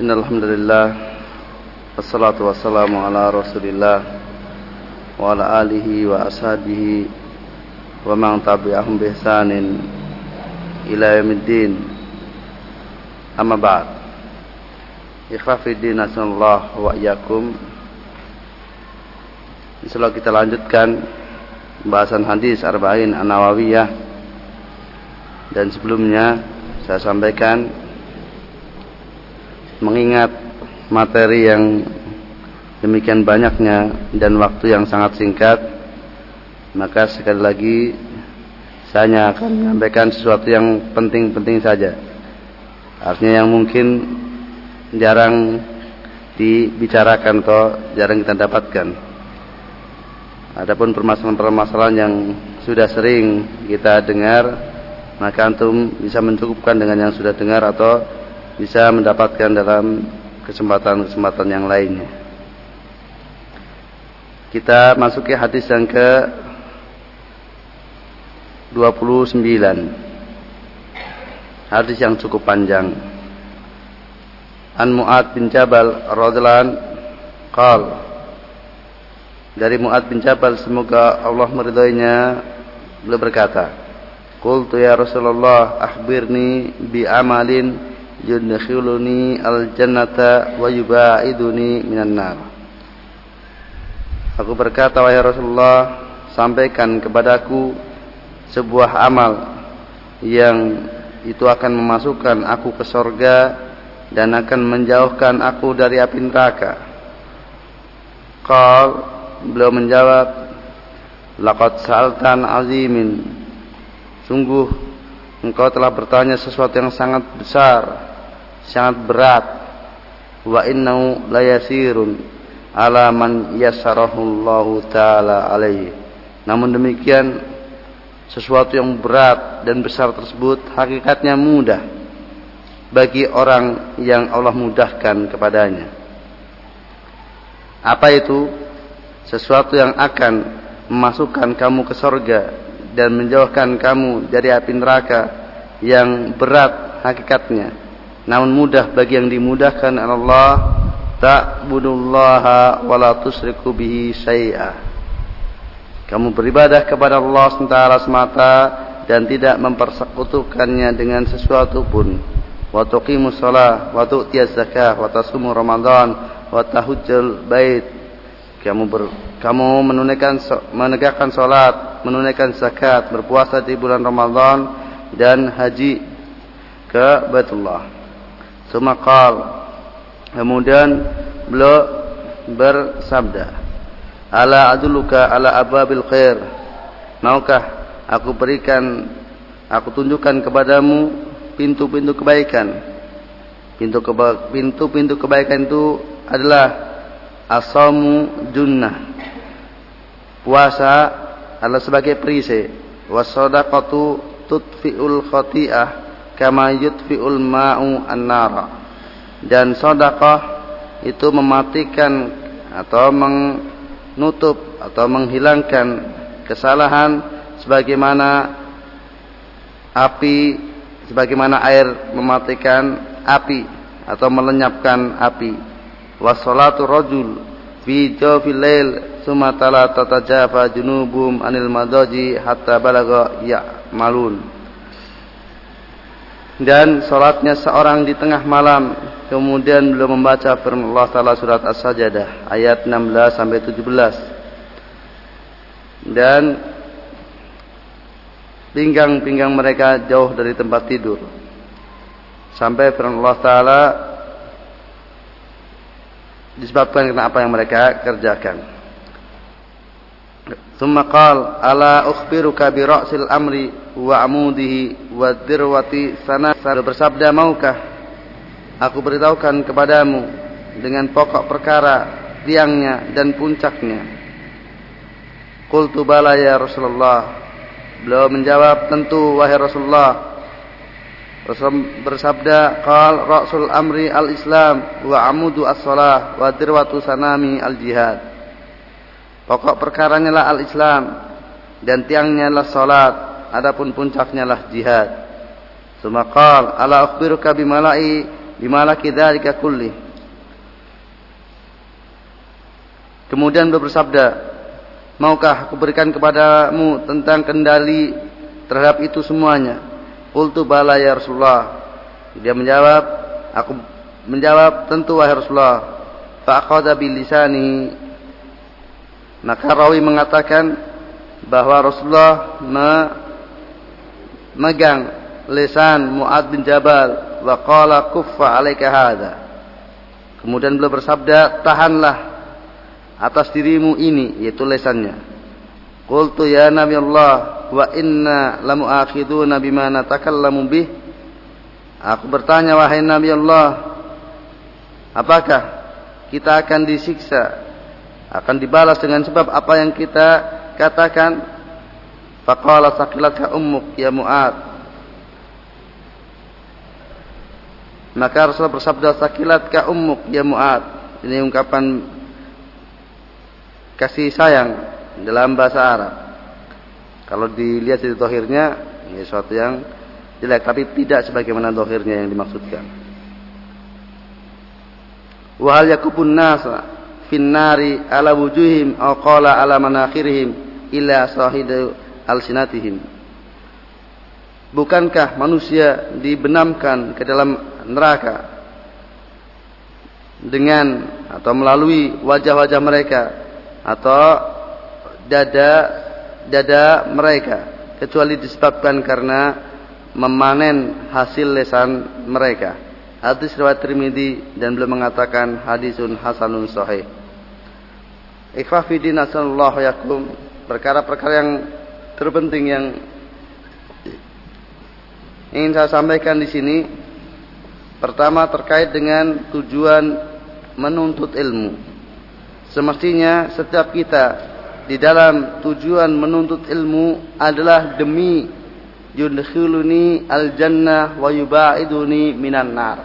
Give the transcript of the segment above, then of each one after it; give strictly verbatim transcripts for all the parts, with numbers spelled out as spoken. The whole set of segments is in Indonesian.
Innalhamdulillah, wassalatu wassalamu ala rasulillah wa ala alihi wa ashabihi wa man tabi'ahum bi ihsanin ila yaumiddin. Amma ba'd. Ikhwah fi din, nasallahu wa iyyakum. Insyaallah kita lanjutkan pembahasan hadis Arba'in An-Nawawiyah. Dan sebelumnya saya sampaikan, mengingat materi yang demikian banyaknya dan waktu yang sangat singkat, maka sekali lagi saya akan menyampaikan sesuatu yang penting-penting saja. Artinya yang mungkin jarang dibicarakan atau jarang kita dapatkan. Adapun permasalahan-permasalahan yang sudah sering kita dengar, maka antum bisa mencukupkan dengan yang sudah dengar atau bisa mendapatkan dalam kesempatan-kesempatan yang lainnya. Kita masuki hadis yang ke dua puluh sembilan. Hadis yang cukup panjang. An Mu'ad bin Jabal radhiyallahu anhu qala, dari Mu'ad bin Jabal, semoga Allah meridhoinya, beliau berkata, qultu ya Rasulullah akhbirni bi amalin yudkhiluni al-jannata wa yubaiduni minan nar. Aku berkata, wahai Rasulullah, sampaikan kepadaku sebuah amal yang itu akan memasukkan aku ke surga dan akan menjauhkan aku dari api neraka. Qal, beliau menjawab, laqad sa'altan azimin, sungguh engkau telah bertanya sesuatu yang sangat besar, sangat berat. Wa innahu layasirun ala man yassarahullahu ta'ala alaihi. Namun demikian, sesuatu yang berat dan besar tersebut hakikatnya mudah bagi orang yang Allah mudahkan kepadanya. Apa itu? Sesuatu yang akan memasukkan kamu ke surga dan menjauhkan kamu dari api neraka, yang berat hakikatnya namun mudah bagi yang dimudahkan Allah. Ta'budullaha wa la tusyriku bihi syai'a. Kamu beribadah kepada Allah semata dan tidak mempersekutukannya dengan sesuatu pun. Wa tuqimus shalah wa tu'tiyaz zakah wa tasumu ramadan wa tahujjul bait. Kamu ber, kamu menunaikan menegakkan salat, menunaikan zakat, berpuasa di bulan Ramadan dan haji ke Baitullah. Sumakal, kemudian beliau bersabda, ala aduluka ala ababil khair, maukah aku berikan, aku tunjukkan kepadamu pintu-pintu kebaikan. Pintu keba, pintu-pintu kebaikan itu adalah asamu junnah, puasa adalah sebagai perisai, wassadaqatu tudfi'ul khati'ah kama yudfi'ul ma'u an-nara, dan sedekah itu mematikan atau menutup atau menghilangkan kesalahan sebagaimana api, sebagaimana air mematikan api atau melenyapkan api. Wassalatu rajul fi jawfil lail summa tala tatajafa junubum anil madaji hatta balagha ya'malun. Dan salatnya seorang di tengah malam, kemudian beliau membaca firman Allah Ta'ala surat As-Sajdah ayat enam belas sampai tujuh belas. Dan pinggang-pinggang mereka jauh dari tempat tidur, sampai firman Allah Ta'ala disebabkan karena apa yang mereka kerjakan. Tsumma qala ala ukhbiruka bi ra'sil amri wa amudihi wa dirwati sana. Bersabda, maukah aku beritahukan kepadamu dengan pokok perkara, tiangnya dan puncaknya. Qultu bala ya Rasulullah. Beliau menjawab, tentu wahai Rasulullah. Rasul bersabda, qal ra'sul amri al-islam wa amudu as-salah wa dirwatu sanami al-jihad. Pokok perkaranya lah al-Islam dan tiangnya lah salat, adapun puncaknya lah jihad. Tsumma qala ala akhbiruka bimala'i bimalaki dzalika kulli. Kemudian beliau bersabda, maukah aku berikan kepadamu tentang kendali terhadap itu semuanya? Qultu bala ya Rasulullah. Dia menjawab, aku menjawab, tentu wahai Rasulullah. Fa aqada bil lisani. Maka rawi mengatakan bahwa Rasulullah memegang lisan Mu'adz bin Jabal wa qala kuffa 'alaika hadza. Kemudian beliau bersabda, tahanlah atas dirimu ini, yaitu lisannya. Qultu ya Nabi Allah wa inna lamu'akhiduna bima natakallamu bih. Aku bertanya, wahai Nabi Allah, apakah kita akan disiksa, akan dibalas dengan sebab apa yang kita katakan? Faqala saqilatka ummuk ya Mu'adz. Maka Rasulullah bersabda, saqilatka ummuk ya Mu'adz. Ini ungkapan kasih sayang dalam bahasa Arab. Kalau dilihat dari zahirnya, ini sesuatu yang jelek, tapi tidak sebagaimana zahirnya yang dimaksudkan. Wa hal yakubun nasa fin nari ala wujuhim aw qala ala manakhirihim ila sahidu alsinatihim. Bukankah manusia dibenamkan ke dalam neraka dengan atau melalui wajah-wajah mereka atau dada dada mereka, kecuali disebabkan karena memanen hasil lisan mereka. Hadis riwayat Tirmidzi, dan beliau mengatakan hadisun hasanun sahih. Ikhwah fi din sallallahu yakum, perkara-perkara yang terpenting yang ingin saya sampaikan di sini. Pertama, terkait dengan tujuan menuntut ilmu. Semestinya setiap kita di dalam tujuan menuntut ilmu adalah demi yudkhiluni al-jannah wa yubaiduni minan nar.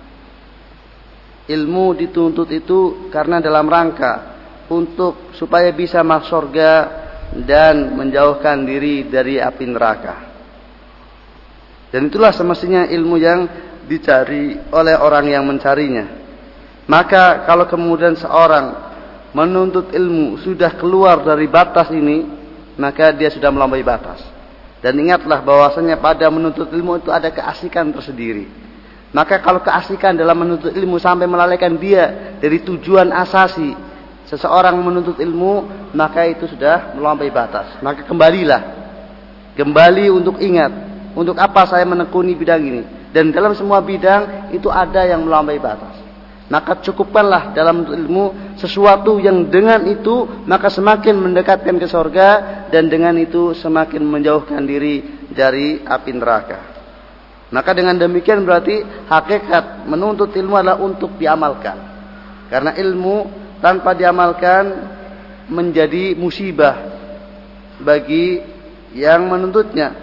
Ilmu dituntut itu karena dalam rangka untuk supaya bisa masuk surga dan menjauhkan diri dari api neraka. Dan itulah semestinya ilmu yang dicari oleh orang yang mencarinya. Maka kalau kemudian seorang menuntut ilmu sudah keluar dari batas ini, maka dia sudah melampaui batas. Dan ingatlah bahwasanya pada menuntut ilmu itu ada keasikan tersendiri. Maka kalau keasikan dalam menuntut ilmu sampai melalaikan dia dari tujuan asasi seseorang menuntut ilmu, maka itu sudah melampaui batas. Maka kembalilah, kembali untuk ingat, untuk apa saya menekuni bidang ini. Dan dalam semua bidang itu ada yang melampaui batas. Maka cukupkanlah dalam ilmu sesuatu yang dengan itu maka semakin mendekatkan ke surga, dan dengan itu semakin menjauhkan diri dari api neraka. Maka dengan demikian berarti hakikat menuntut ilmu adalah untuk diamalkan. Karena ilmu tanpa diamalkan menjadi musibah bagi yang menuntutnya.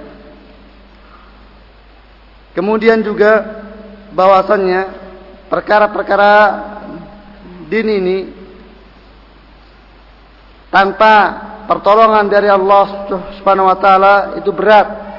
Kemudian juga bahwasannya perkara-perkara din ini tanpa pertolongan dari Allah Subhanahu wa taala itu berat.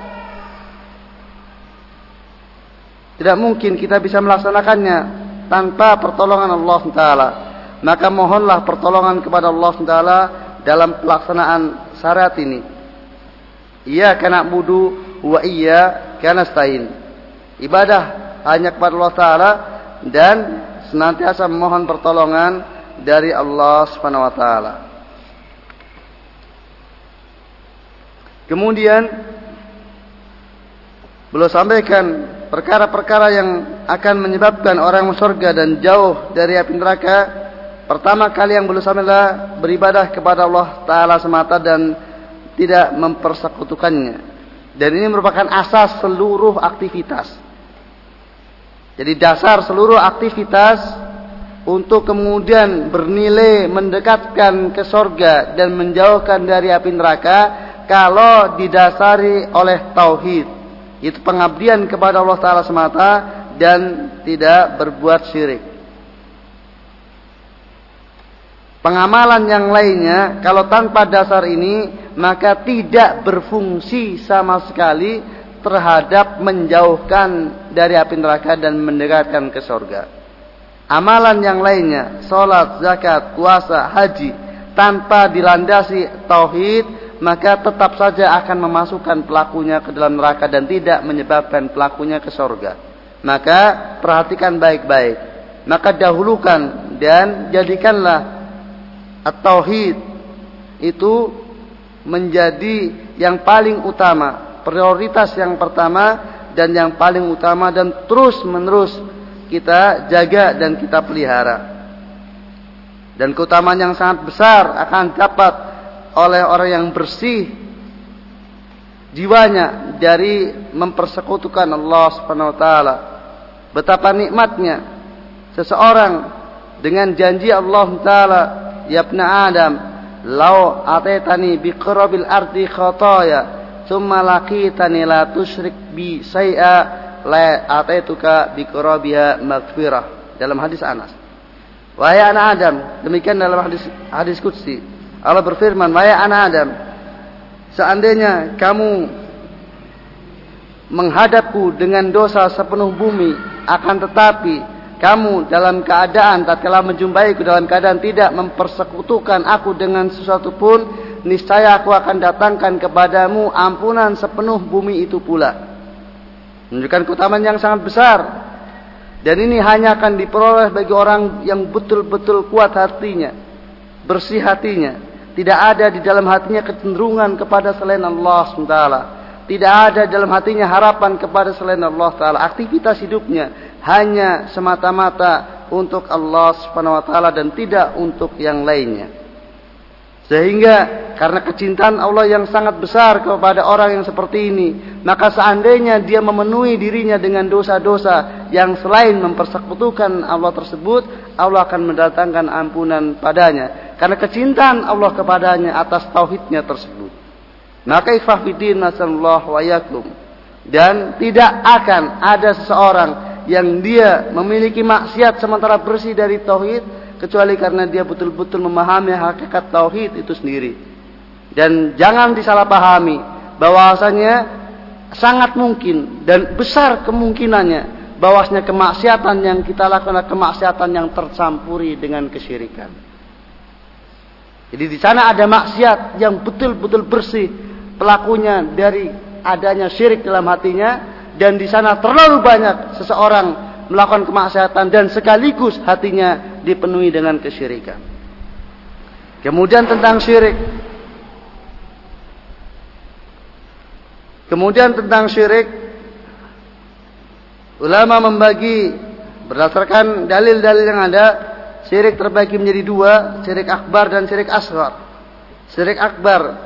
Tidak mungkin kita bisa melaksanakannya tanpa pertolongan Allah Subhanahu wa taala. Maka mohonlah pertolongan kepada Allah Subhanahu wa taala dalam pelaksanaan syariat ini. Iyyaka na'budu wa iyyaka nasta'in. Ibadah hanya kepada Allah taala dan senantiasa memohon pertolongan dari Allah Subhanahu wa taala. Kemudian beliau sampaikan perkara-perkara yang akan menyebabkan orang masuk surga dan jauh dari api neraka. Pertama kali yang beliau sampaikan adalah beribadah kepada Allah taala semata dan tidak mempersekutukannya. Dan ini merupakan asas seluruh aktivitas. Jadi dasar seluruh aktivitas untuk kemudian bernilai mendekatkan ke surga dan menjauhkan dari api neraka kalau didasari oleh tauhid, itu pengabdian kepada Allah taala semata dan tidak berbuat syirik. Pengamalan yang lainnya kalau tanpa dasar ini maka tidak berfungsi sama sekali terhadap menjauhkan dari api neraka dan mendekatkan ke surga. Amalan yang lainnya, salat, zakat, puasa, haji, tanpa dilandasi tauhid, maka tetap saja akan memasukkan pelakunya ke dalam neraka dan tidak menyebabkan pelakunya ke surga. Maka perhatikan baik-baik. Maka dahulukan dan jadikanlah at-tauhid itu menjadi yang paling utama, prioritas yang pertama dan yang paling utama, dan terus menerus kita jaga dan kita pelihara. Dan keutamaan yang sangat besar akan dapat oleh orang yang bersih jiwanya dari mempersekutukan Allah Subhanahu wa taala. Betapa nikmatnya seseorang dengan janji Allah taala, ya ibna Adam, lau ataitani biqarabil ardi khataya thumma laqitani la tusyrik bi syai'a la ataituka biqarabiha maghfirah. Dalam hadis Anas, wahai anak Adam, demikian dalam hadis hadis qudsi, Allah berfirman, wahai anak Adam, seandainya kamu menghadapku dengan dosa sepenuh bumi, akan tetapi kamu dalam keadaan tatkala menjumpaiku dalam keadaan tidak mempersekutukan aku dengan sesuatu pun, niscaya aku akan datangkan kepadamu ampunan sepenuh bumi itu pula. Menunjukkan keutamaan yang sangat besar. Dan ini hanya akan diperoleh bagi orang yang betul-betul kuat hatinya, bersih hatinya. Tidak ada di dalam hatinya kecenderungan kepada selain Allah subhanahu wa taala. Tidak ada dalam hatinya harapan kepada selain Allah taala. Aktivitas hidupnya hanya semata-mata untuk Allah subhanahu wa taala dan tidak untuk yang lainnya. Sehingga karena kecintaan Allah yang sangat besar kepada orang yang seperti ini, maka seandainya dia memenuhi dirinya dengan dosa-dosa yang selain mempersekutukan Allah tersebut, Allah akan mendatangkan ampunan padanya karena kecintaan Allah kepadanya atas tauhidnya tersebut. Maka ikhwah fiddin nasallallahu wa yakum, dan tidak akan ada seseorang yang dia memiliki maksiat sementara bersih dari tauhid kecuali karena dia betul-betul memahami hakikat tauhid itu sendiri. Dan jangan disalahpahami bahwasanya sangat mungkin dan besar kemungkinannya bahwasanya kemaksiatan yang kita lakukan adalah kemaksiatan yang tercampuri dengan kesyirikan. Jadi di sana ada maksiat yang betul-betul bersih pelakunya dari adanya syirik dalam hatinya, dan di sana terlalu banyak seseorang melakukan kemaksiatan dan sekaligus hatinya dipenuhi dengan kesyirikan. Kemudian tentang syirik. Kemudian tentang syirik, ulama membagi berdasarkan dalil-dalil yang ada, syirik terbagi menjadi dua, syirik akbar dan syirik asghar. Syirik akbar,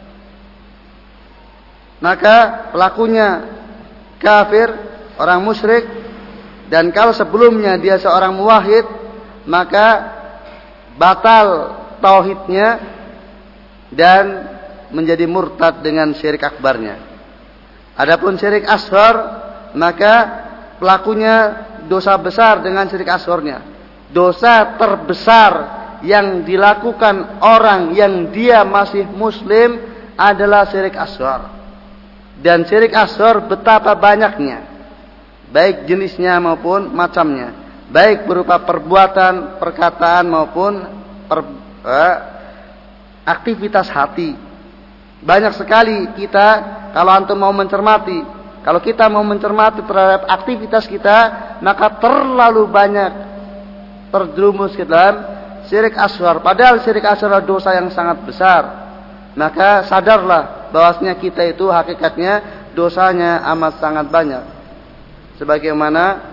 maka pelakunya kafir, orang musyrik, dan kalau sebelumnya dia seorang muwahhid, maka batal tauhidnya dan menjadi murtad dengan syirik akbarnya. Adapun syirik asghar, maka pelakunya dosa besar dengan syirik asgharnya. Dosa terbesar yang dilakukan orang yang dia masih muslim adalah syirik asghar. Dan syirik asghar betapa banyaknya, baik jenisnya maupun macamnya, baik berupa perbuatan, perkataan maupun per, eh, aktivitas hati. Banyak sekali kita, kalau antum mau mencermati, kalau kita mau mencermati terhadap aktivitas kita, maka terlalu banyak terjerumus ke dalam syirik asghar. Padahal syirik asghar adalah dosa yang sangat besar. Maka sadarlah bahwasanya kita itu hakikatnya dosanya amat sangat banyak. Sebagaimana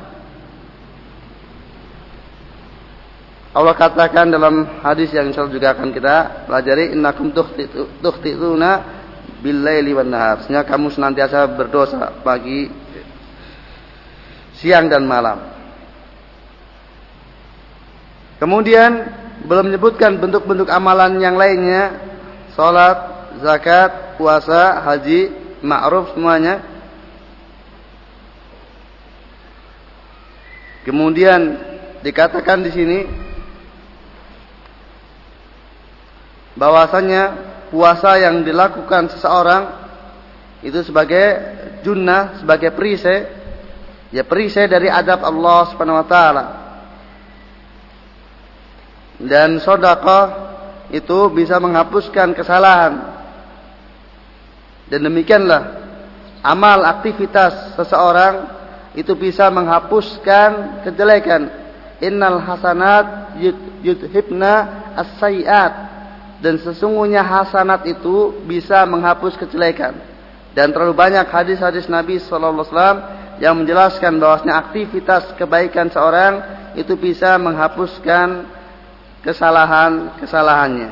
Allah katakan dalam hadis yang insyaallah juga akan kita pelajari, innakum tukhti'una bil-laili wan nahar. Sesungguhnya kamu senantiasa berdosa pagi, siang dan malam. Kemudian belum menyebutkan bentuk-bentuk amalan yang lainnya, salat, zakat, puasa, haji, ma'ruf semuanya. Kemudian dikatakan di sini bahwasanya puasa yang dilakukan seseorang itu sebagai junnah, sebagai perisai Ya perisai dari adab Allah Subhanahu wa taala. Dan sedekah itu bisa menghapuskan kesalahan. Dan demikianlah amal aktivitas seseorang itu bisa menghapuskan kejelekan. Innal hasanat yudhibna as-sayyi'at. Dan sesungguhnya hasanat itu bisa menghapus kejelekan. Dan terlalu banyak hadis-hadis Nabi sallallahu alaihi wasallam yang menjelaskan bahwasanya aktivitas kebaikan seorang itu bisa menghapuskan kesalahan-kesalahannya.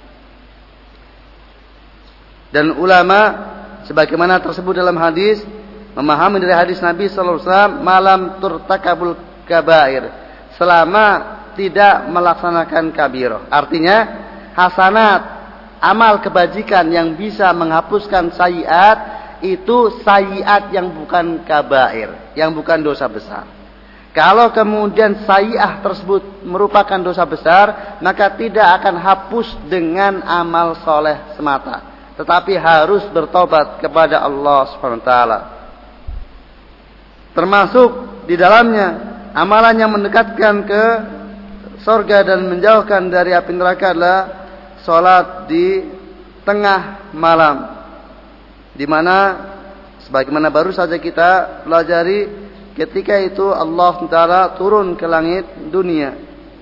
Dan ulama sebagaimana tersebut dalam hadis memahami dari hadis Nabi sallallahu alaihi wasallam malam turtakabul kabair, selama tidak melaksanakan kabirah. Artinya hasanat, amal kebajikan yang bisa menghapuskan sayiat itu sayiat yang bukan kabair, yang bukan dosa besar. Kalau kemudian sayiat tersebut merupakan dosa besar, maka tidak akan hapus dengan amal soleh semata, tetapi harus bertobat kepada Allah subhanahu wa taala. Termasuk di dalamnya amalan yang mendekatkan ke surga dan menjauhkan dari api neraka adalah salat di tengah malam, di mana sebagaimana baru saja kita pelajari, ketika itu Allah Taala turun ke langit dunia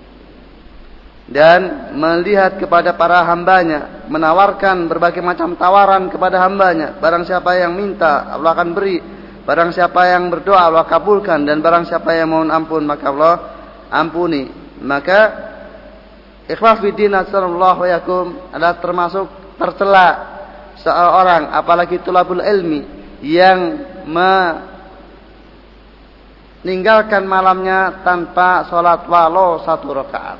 dan melihat kepada para hambanya, menawarkan berbagai macam tawaran kepada hambanya. Barang siapa yang minta, Allah akan beri. Barang siapa yang berdoa, Allah kabulkan. Dan barang siapa yang mohon ampun, maka Allah ampuni. Maka ikhwah fiddin sallallahu yakum adalah termasuk tercela seorang, apalagi tulabul ilmi, yang meninggalkan malamnya tanpa sholat walau satu rakaat.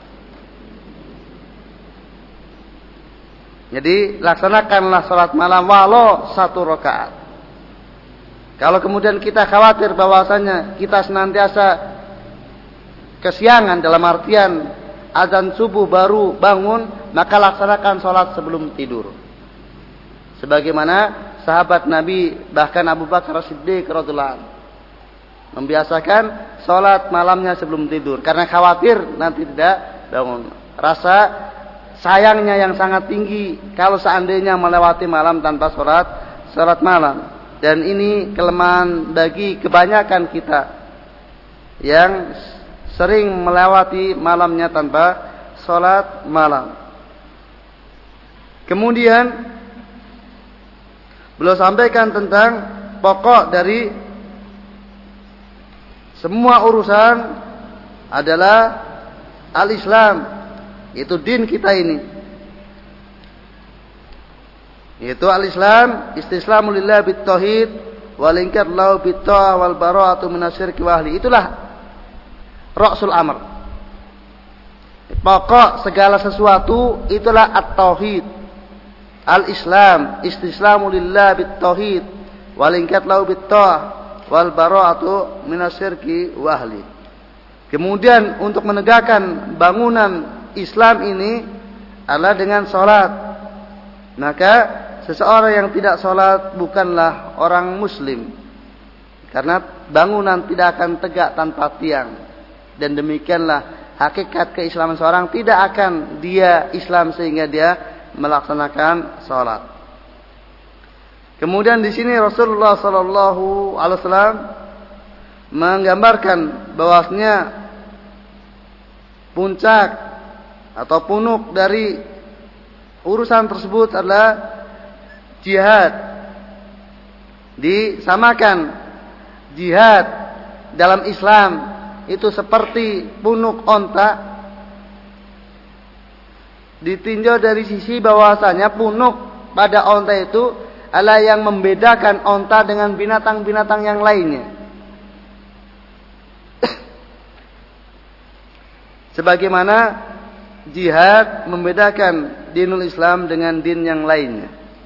Jadi laksanakanlah sholat malam walau satu rakaat. Kalau kemudian kita khawatir bahwasanya kita senantiasa kesiangan dalam artian azan subuh baru bangun, maka laksanakan sholat sebelum tidur. Sebagaimana sahabat Nabi, bahkan Abu Bakar As-Siddiq radhiyallahu anhu membiasakan sholat malamnya sebelum tidur, karena khawatir nanti tidak bangun. Rasa sayangnya yang sangat tinggi kalau seandainya melewati malam tanpa sholat sholat malam. Dan ini kelemahan bagi kebanyakan kita yang sering melewati malamnya tanpa sholat malam. Kemudian beliau sampaikan tentang pokok dari semua urusan adalah al-Islam, itu din kita ini, yaitu al-Islam istislamu lillah bit-tauhid wal inkar lahu bit-ta'ah wal bara'atu minasyirki wa ahli. Itulah ra'sul amr, pokok segala sesuatu itulah at-tauhid. Al-Islam istislamu lillah bit-tauhid wal inkar lahu bit-ta'ah wal bara'atu minasyirki wa ahli. Kemudian untuk menegakkan bangunan Islam ini adalah dengan salat. Maka seseorang yang tidak salat bukanlah orang muslim, karena bangunan tidak akan tegak tanpa tiang. Dan demikianlah hakikat keislaman seorang, tidak akan dia Islam sehingga dia melaksanakan salat. Kemudian di sini Rasulullah sallallahu alaihi wasallam menggambarkan bahwasanya puncak atau punuk dari urusan tersebut adalah jihad. Disamakan jihad dalam Islam itu seperti punuk onta, ditinjau dari sisi bahwasanya punuk pada onta itu adalah yang membedakan onta dengan binatang-binatang yang lainnya. Sebagaimana jihad membedakan dinul Islam dengan din yang lainnya.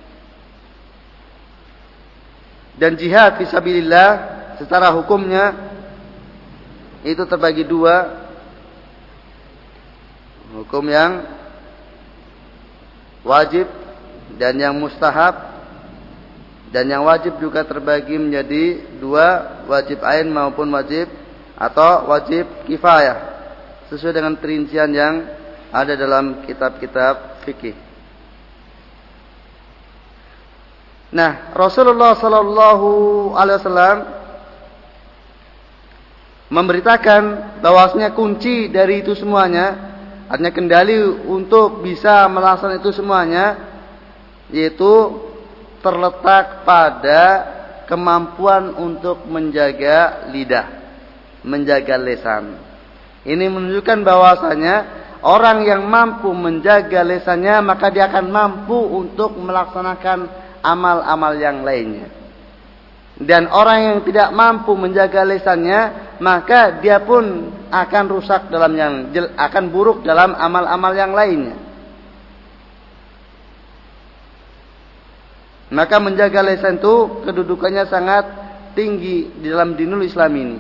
Dan jihad fisabilillah secara hukumnya itu terbagi dua. Hukum yang wajib dan yang mustahab. Dan yang wajib juga terbagi menjadi dua, wajib ain maupun wajib atau wajib kifayah, sesuai dengan perincian yang ada dalam kitab-kitab fikih. Nah, Rasulullah Sallallahu Alaihi Wasallam memberitakan bahwasanya kunci dari itu semuanya, artinya kendali untuk bisa melaksanakan itu semuanya, yaitu terletak pada kemampuan untuk menjaga lidah, menjaga lisan. Ini menunjukkan bahwasanya orang yang mampu menjaga lisannya, maka dia akan mampu untuk melaksanakan amal-amal yang lainnya. Dan orang yang tidak mampu menjaga lisannya, maka dia pun akan rusak dalam yang akan buruk dalam amal-amal yang lainnya. Maka menjaga lisan itu kedudukannya sangat tinggi di dalam dinul Islam ini.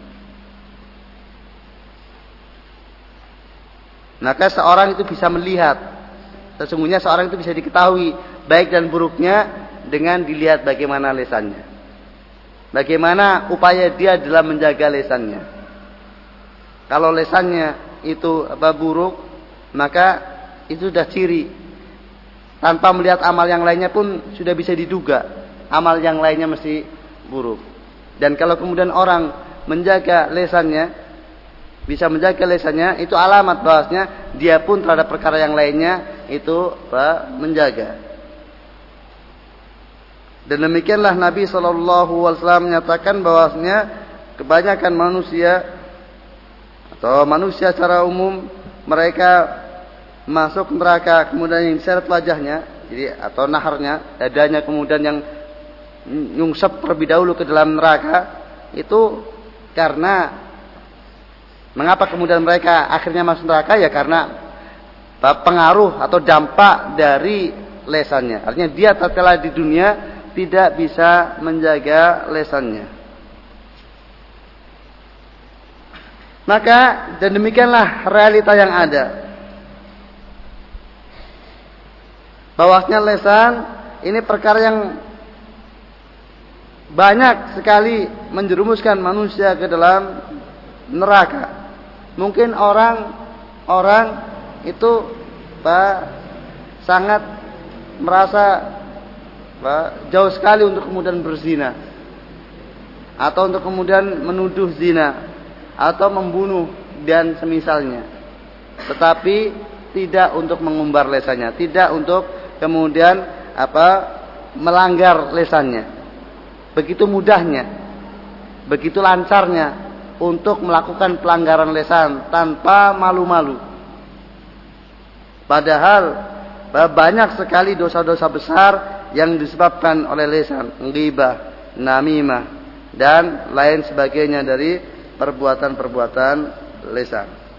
Maka seorang itu bisa melihat, sesungguhnya seorang itu bisa diketahui baik dan buruknya dengan dilihat bagaimana lisannya, bagaimana upaya dia dalam menjaga lisannya. Kalau lisannya itu apa buruk, maka itu sudah ciri. Tanpa melihat amal yang lainnya pun sudah bisa diduga amal yang lainnya mesti buruk. Dan kalau kemudian orang menjaga lisannya, bisa menjaga lisannya, itu alamat bahwasanya dia pun terhadap perkara yang lainnya itu apa, menjaga. Dan demikianlah Nabi Shallallahu Alaihi Wasallam menyatakan bahwasanya kebanyakan manusia atau manusia secara umum mereka masuk neraka, kemudian yang diseret wajahnya, jadi atau naharnya, dadanya, kemudian yang nyungsep terlebih dahulu ke dalam neraka, itu karena mengapa kemudian mereka akhirnya masuk neraka? Ya karena pengaruh atau dampak dari lesannya. Artinya dia tatkala di dunia tidak bisa menjaga lesannya. Maka dan demikianlah realita yang ada. Bahwasanya lesan ini perkara yang banyak sekali menjerumuskan manusia ke dalam neraka. Mungkin orang-orang itu Pak, sangat merasa Pak, jauh sekali untuk kemudian berzina, atau untuk kemudian menuduh zina, atau membunuh dan semisalnya. Tetapi tidak untuk mengumbar lesannya, tidak untuk kemudian apa melanggar lesannya. Begitu mudahnya, begitu lancarnya untuk melakukan pelanggaran lesan tanpa malu-malu. Padahal banyak sekali dosa-dosa besar yang disebabkan oleh lesan, ghibah, namimah dan lain sebagainya dari perbuatan-perbuatan lesan.